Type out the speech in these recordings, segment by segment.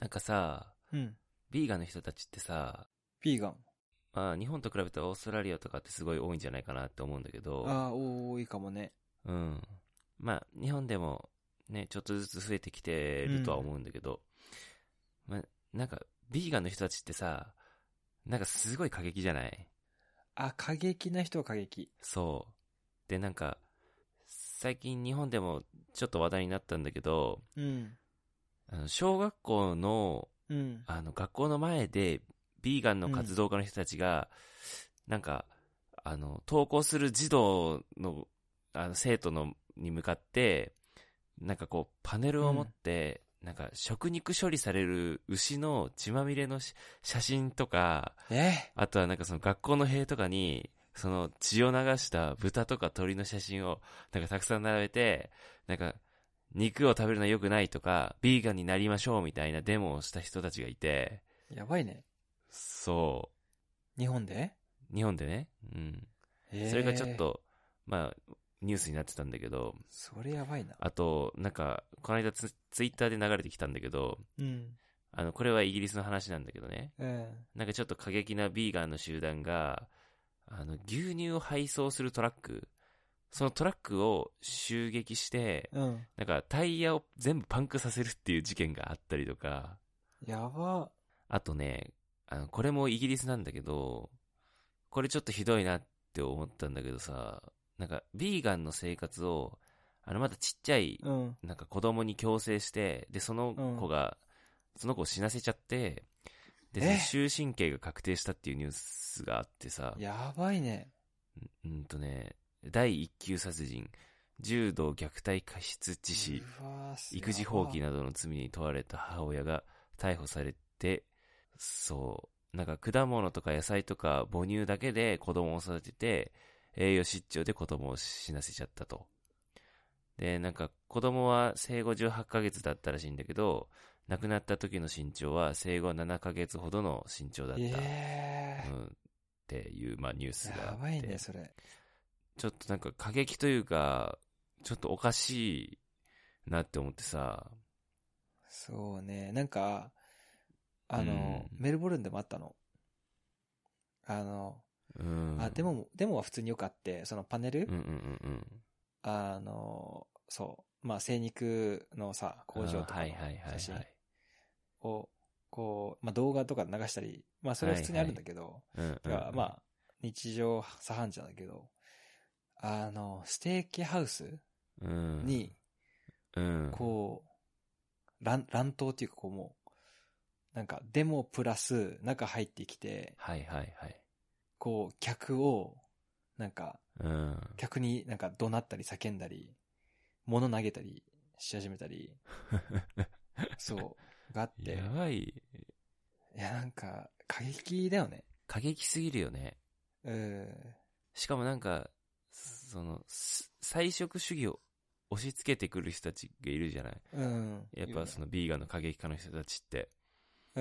なんかさ、 うん。 ビーガンの人たちってさ、 ビーガン。 まあ日本と比べてオーストラリアとかってすごい多いんじゃないかなって思うんだけど、 ああ、多いかもね。 うん。まあ日本でもね、ちょっとずつ増えてきてるとは思うんだけど、まあなんかビーガンの人たちってさ、なんかすごい過激じゃない？ あ、過激な人は過激。 そう。でなんか、最近日本でもちょっと話題になったんだけど、 うん。 小学校のうん。 学校の前で、ビーガンのうん。 活動家の人たちが、なんか、登校する児童の、生徒の、に向かって、なんかこう、パネルを持っうん。 て、なんか、食肉処理される牛の血まみれの写真とか、 えあとはなんかその学校の塀とかに、その血を流した豚とか鳥の写真を、なんかたくさん並べて、なんか、肉を食べるのは良くないとか、ビーガンになりましょうみたいなデモをした人たちがいて、 やばいね。 そ日本で？ う、日本でね、うん。それがちょっええと、まあ、ニュースになってたんだけど、 それやばいな。 あと、なんか、この間ツイッターで流れてきたんだけど、 うん。 これはイギリスの話なんだけどね、 うん。 なんかちょっと過激なビーガンの集団が、牛乳を配送するトラック、そのトラックを襲撃して、 うん。 なんかタイヤを全部パンクさせるっていう事件があったりとか、 やば。 あとね、これもイギリスなんだけど、これちょっとひどいなって思ったんだけどさ、なんか、ビーガンの生活を、まだちっちゃい、 うん。 なんか子供に強制して、で、そのうん。 子が、その子を死なせちゃって、で、そのえ終身刑が確定したっていうニュースがあってさ、 やばいね。 第一級殺人、重度虐待過失致死、 うわ育児放やば。 棄などの罪に問われた母親が逮捕されて、そう、なんか果物とか野菜とか母乳だけで子供を育てて、栄養失調で子供を死なせちゃったと。で、なんか子供は生後18ヶ月だったらしいんだけど、亡くなった時の身長は生後7ヶ月ほどの身長だった。うん、っていう、まあ、ニュースがあっやばいね、 て、 それ。 ちょっとなんか過激というか、ちょっとおかしいなって思ってさ、 そうね。なんか、 うん、 メルボルンでもあったの。あの、 うん、 デモは普通によくあって、そのパネル、 うん、うん、うんそう、まあ、精肉のさ、 うん、 工場とかのはいはいはい写真はい。 を、こう、まあ、動画とかで流したり、まあ、それは普通にあるんはいはい。 だけど、 うん、うん、 てか、まあ、日常茶飯事なんだけど、ステーキハウスうん、 に、 うん、 こ乱闘っていうか、こうもう、なんか、デモプラス、中入ってきて、 はいはいはい。 こう、客を、なんか、 うん。 客になんか怒鳴ったり叫んだり、物投げたりし始めたり、そう、があって、 やばい。 いや、なんか、過激だよね。 過激すぎるよね。 うん。 しかもなんか、菜食主義を押し付けてくる人たちがいるじゃない。 うん。 やっいるね。 ぱそのビーガンの過激化の人たちって。 うん。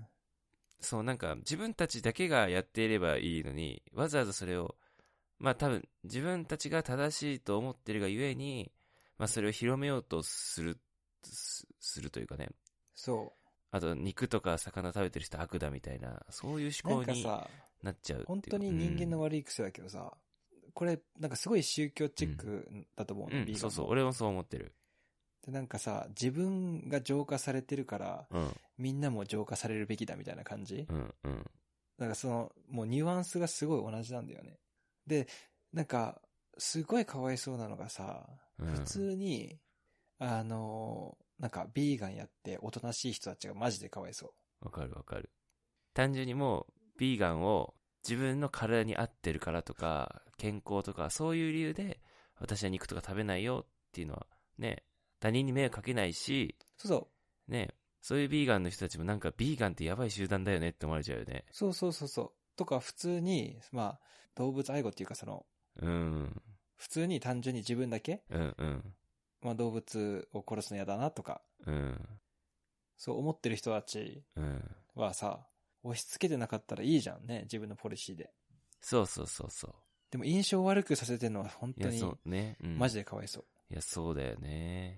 そうなんか自分たちだけがやっていればいいのに、わざわざそれを、まあ多分自分たちが正しいと思ってるがゆえに、まあそれを広めようとするというかね。 そあと肉とか魚食べてる人悪だみたいな、そういうう。なん思考にかさ、 なっちゃうっていうか。 本当に人間の悪い癖だけどさ、これ、なんかすごい宗教チックだと思うの、 うん、そうそう、 ビーガンも。 俺もそう思ってる。 で、なんかさ、自分が浄化されてるから、 うん、 みんなも浄化されるべきだみたいな感じ。 うん、うん、 なんかその、もうニュアンスがすごい同じなんだよね。で、なんか、すごいかわいそうなのがさ、普うん。 通に、なんか、ビーガンやっておとなしい人たちがマジでかわいそわかるわかる。単純にもう、ビーガンを自分の体に合ってるからとか、健康とか、そういう理由で、私は肉とか食べないよっていうのは、ね、他人に迷惑かけないし、 う。そうそう。 ね、そういうビーガンの人たちもなんか、ビーガンってやばい集団だよねって思われちゃうよね。 そうそうそうそう。とか、普通に、まあ、動物愛護っていうか、その、 うん、 普通に単純に自分だけ、 うん、うん、 まあ動物を殺すの嫌だなとか、 うん、 そう思ってる人たちうん。 はさ、押し付けてなかったらいいじゃんね、自分のポリシーで。 そうそうそうそう。 でも印象悪くさせてるのは本いや、 当に、 そうね。うん。 マジでかわいそう。 いや、そうだよね。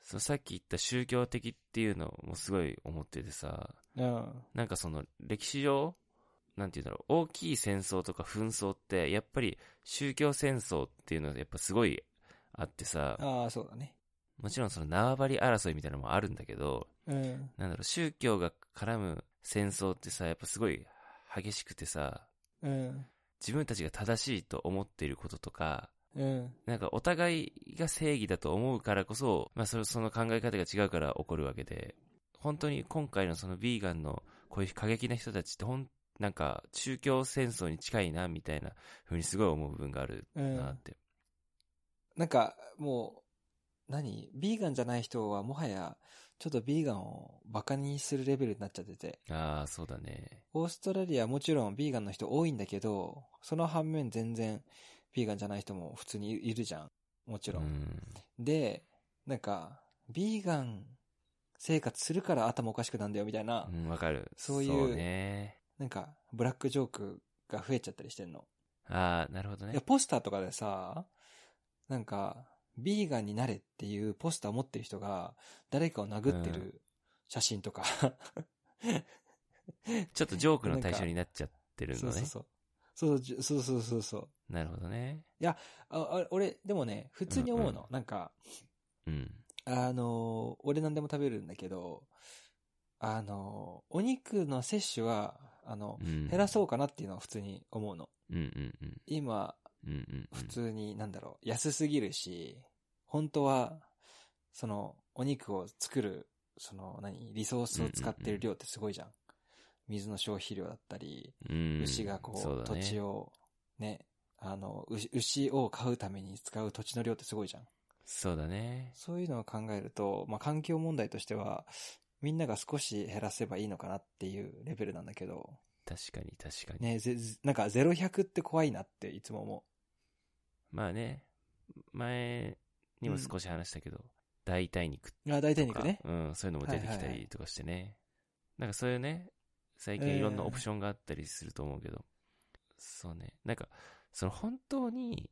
さっき言った宗教的っていうのもすごい思っててさ、なんかその歴史上、なんていうんだろう、大きい戦争とか紛争って、やっぱり宗教戦争っていうのはやっぱすごいあってさ、 そうだね。 もちろんその縄張り争いみたいなのもあるんだけど、 うん。 なんだろう、宗教が絡む戦争ってさ、やっぱすごい激しくてさ、 うん。 自分たちが正しいと思っていることとか、 うん。 なんかお互いが正義だと思うからこそ、まあその考え方が違うから起こるわけで、本当に今回のそのビーガンのこういう過激な人たちってなんか宗教戦争に近いなみたいな風にすごい思う部分があるなって。 なんかもう、ビーガンじゃない人はもはや、ちょっとビーガンをバカにするレベルになっちゃってて。 ああ、そうだね。 オーストラリアはもちろんビーガンの人多いんだけど、その反面全然ビーガンじゃない人も普通にいるじゃん。もちろん。で、なんか、ビーガン生活するから頭おかしくなんだよみたいな。 わかる。 そういう、 そうね。 なんか、ブラックジョークが増えちゃったりしてんの。 ああ、なるほどね。 いや、ポスターとかでさ、なんか、ビーガンになれっていうポスターを持ってる人が、誰かを殴ってる写真とか、 ちょっとジョークの対象になっちゃってるのね。 そう。 なるほどね。 いや、俺、でもね、普通に思うの。なんか、俺何でも食べるんだけど、お肉の摂取は、減らそうかなっていうのは普通に思うの。今、普通に、安すぎるし、本当は、お肉を作る、リソースを使ってる量ってすごいじゃん。水の消費量だったり、牛が土地を、ね、牛を飼うために使う土地の量ってすごいじゃん。 そうだね。そういうのを考えると、まあ、環境問題としては、みんなが少し減らせばいいのかなっていうレベルなんだけど。 確かに。 ね、なんか0、100って怖いなっていつも思う。まあね、前にも少し話したけど、代替肉とか。 代替肉ね。 そういうのも出てきたりとかしてね。なんかそういうね、最近いろんなオプションがあったりすると思うけど、そうね、なんか、本当に、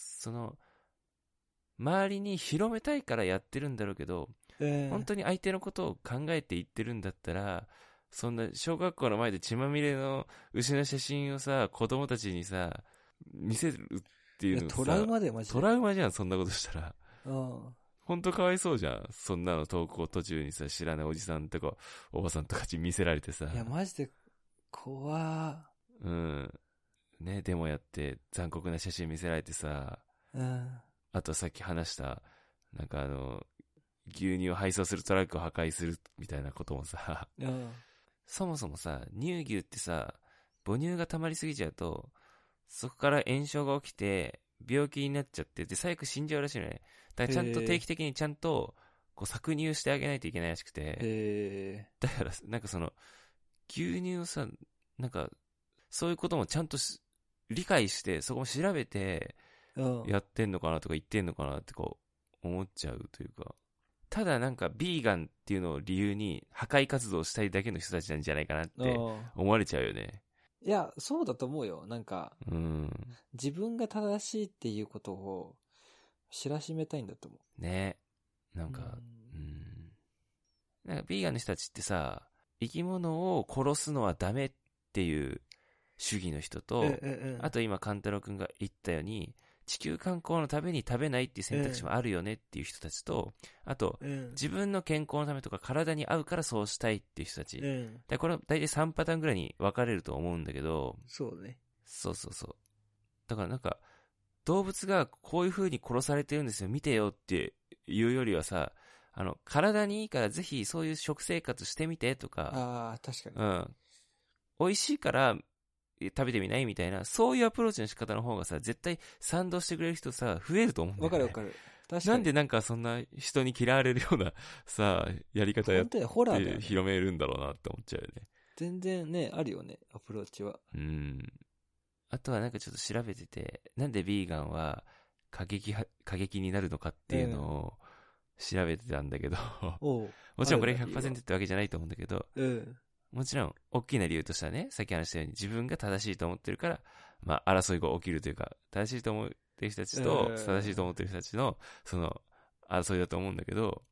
周りに広めたいからやってるんだろうけど、本当に相手のことを考えて言ってるんだったら、そんな小学校の前で血まみれの牛の写真をさ、子供たちにさ、見せるっていうのさ、 トラウマでマジで。 トラウマじゃん、そんなことしたら。本当かわいそうじゃん。そんなの投稿途中にさ、知らないおじさんとか、おばさんとかに見せられてさ。 いや、マジで、怖ー。ね、デモやって残酷な写真見せられてさ。あとさっき話した、なんか牛乳を配送するトラックを破壊するみたいなこともさ、そもそもさ、乳牛ってさ、母乳が溜まりすぎちゃうと、そこから炎症が起きて、病気になっちゃって、で、最悪死んじゃうらしいのね。だからちゃんと定期的にちゃんと、搾乳してあげないといけないらしくて。だから、なんか牛乳をさ、なんか、そういうこともちゃんと理解して、そこも調べて、やってんのかなとか言ってんのかなって思っちゃうというか。ただなんか、ビーガンっていうのを理由に、破壊活動したいだけの人たちなんじゃないかなって思われちゃうよね。 いや、そうだと思うよ。なんか、自分が正しいっていうことを知らしめたいんだと思う。 ね。なんか、なんかビーガンの人たちってさ、生き物を殺すのはダメっていう主義の人と、あと今、カンタロウくんが言ったように、地球観光のために食べないっていう選択肢もあるよねっていう人たちと、あと、自分の健康のためとか体に合うからそうしたいっていう人たち。でこれは大体3パターンぐらいに分かれると思うんだけど、 そうね。 そう。だからなんか、動物がこういう風に殺されてるんですよ、見てよっていうよりはさ、体にいいからぜひそういう食生活してみてとか、 確かに。 美味しいから食べてみないみたいな、そういうアプローチの仕方の方がさ、絶対賛同してくれる人さ、増えると思うんだよね。 わかる。確かに。 なんでなんかそんな人に嫌われるようなさ、やり方やって広めるんだろうなって思っちゃうよね。 全然ね、あるよね、アプローチは。 あとはなんかちょっと調べてて、なんでビーガンは過激になるのかっていうのを調べてたんだけど、もちろんこれ 100% ってわけじゃないと思うんだけど、もちろん大きな理由としてはね、さっき話したように自分が正しいと思ってるから、まあ争いが起きるというか、正しいと思ってる人たちと正しいと思ってる人たちのその争いだと思うんだけど、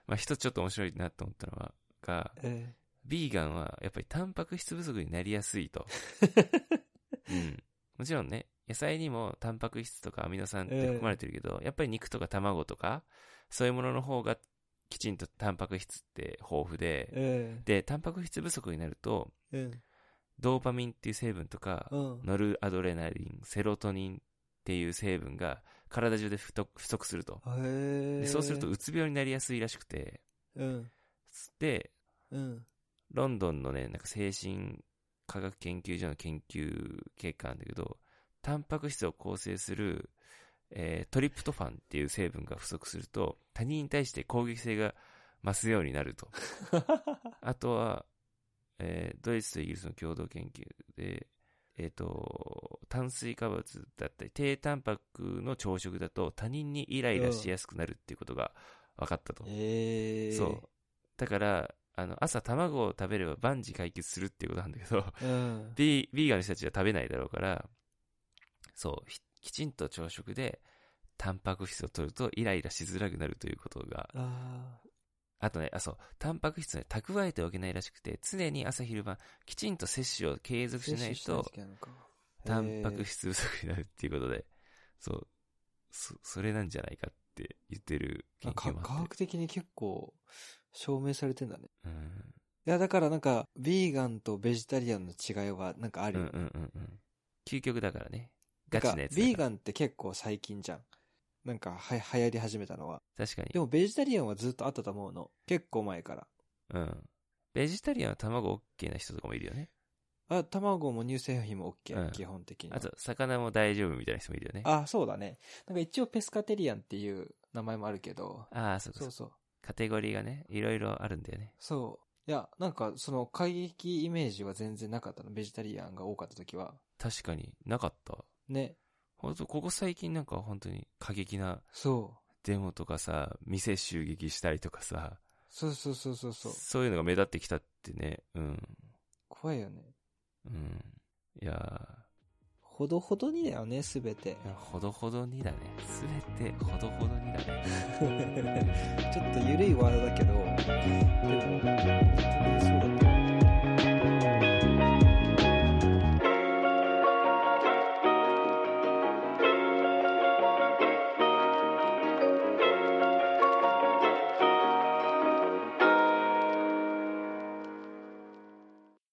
まあ一つちょっと面白いなと思ったのが、ビーガンはやっぱりタンパク質不足になりやすいと。うん。もちろんね、野菜にもタンパク質とかアミノ酸って含まれてるけど、やっぱり肉とか卵とか、そういうものの方がきちんとタンパク質って豊富で、で、タンパク質不足になると、ドーパミンっていう成分とか、ノルアドレナリン、セロトニンっていう成分が体中で不足すると。でそうするとうつ病になりやすいらしくて、で、ロンドンのね、なんか精神科学研究所の研究結果なんだけど、タンパク質を構成する、トリプトファンっていう成分が不足すると、他人に対して攻撃性が増すようになると。あとは、ドイツとイギリスの共同研究で、炭水化物だったり、低タンパクの朝食だと他人にイライラしやすくなるっていうことが分かったと。そう。だから、朝卵を食べれば万事解決するっていうことなんだけど、ビーガンの人たちは食べないだろうから、そう、きちんと朝食でタンパク質を取るとイライラしづらくなるということが、あとね、そう、タンパク質を蓄えておけないらしくて、常に朝昼晩きちんと摂取を継続しないと、タンパク質不足になるっていうことで、そう、それなんじゃないかって言ってる研究もあって。 科学的に結構証明されてんだね。いや、だからなんか、ビーガンとベジタリアンの違いはなんかあるよね。 究極だからね。ガチなやつだから。 ビーガンって結構最近じゃん。なんか流行り始めたのは。 確かに。 でもベジタリアンはずっとあったと思うの。結構前から。 ベジタリアンは卵 OK な人とかもいるよね。 卵も乳製品も OK、基本的に。 あと、魚も大丈夫みたいな人もいるよね。 そうだね。なんか一応ペスカテリアンっていう名前もあるけど。 そう。カテゴリーがね、いろいろあるんだよね。 そう。いや、なんかその過激イメージは全然なかったの。ベジタリアンが多かった時は。 確かになかった。 ね。 ほんと、ここ最近なんか本当に過激なデモとかさ、店襲撃したりとかさ、 そうそういうのが目立ってきたってね。 怖いよね。 いやほどほどにだよね、すべて。 ほどほどにだね。すべてほどほどにだね。 ちょっと緩いワードだけど、でも、本当にそうだった。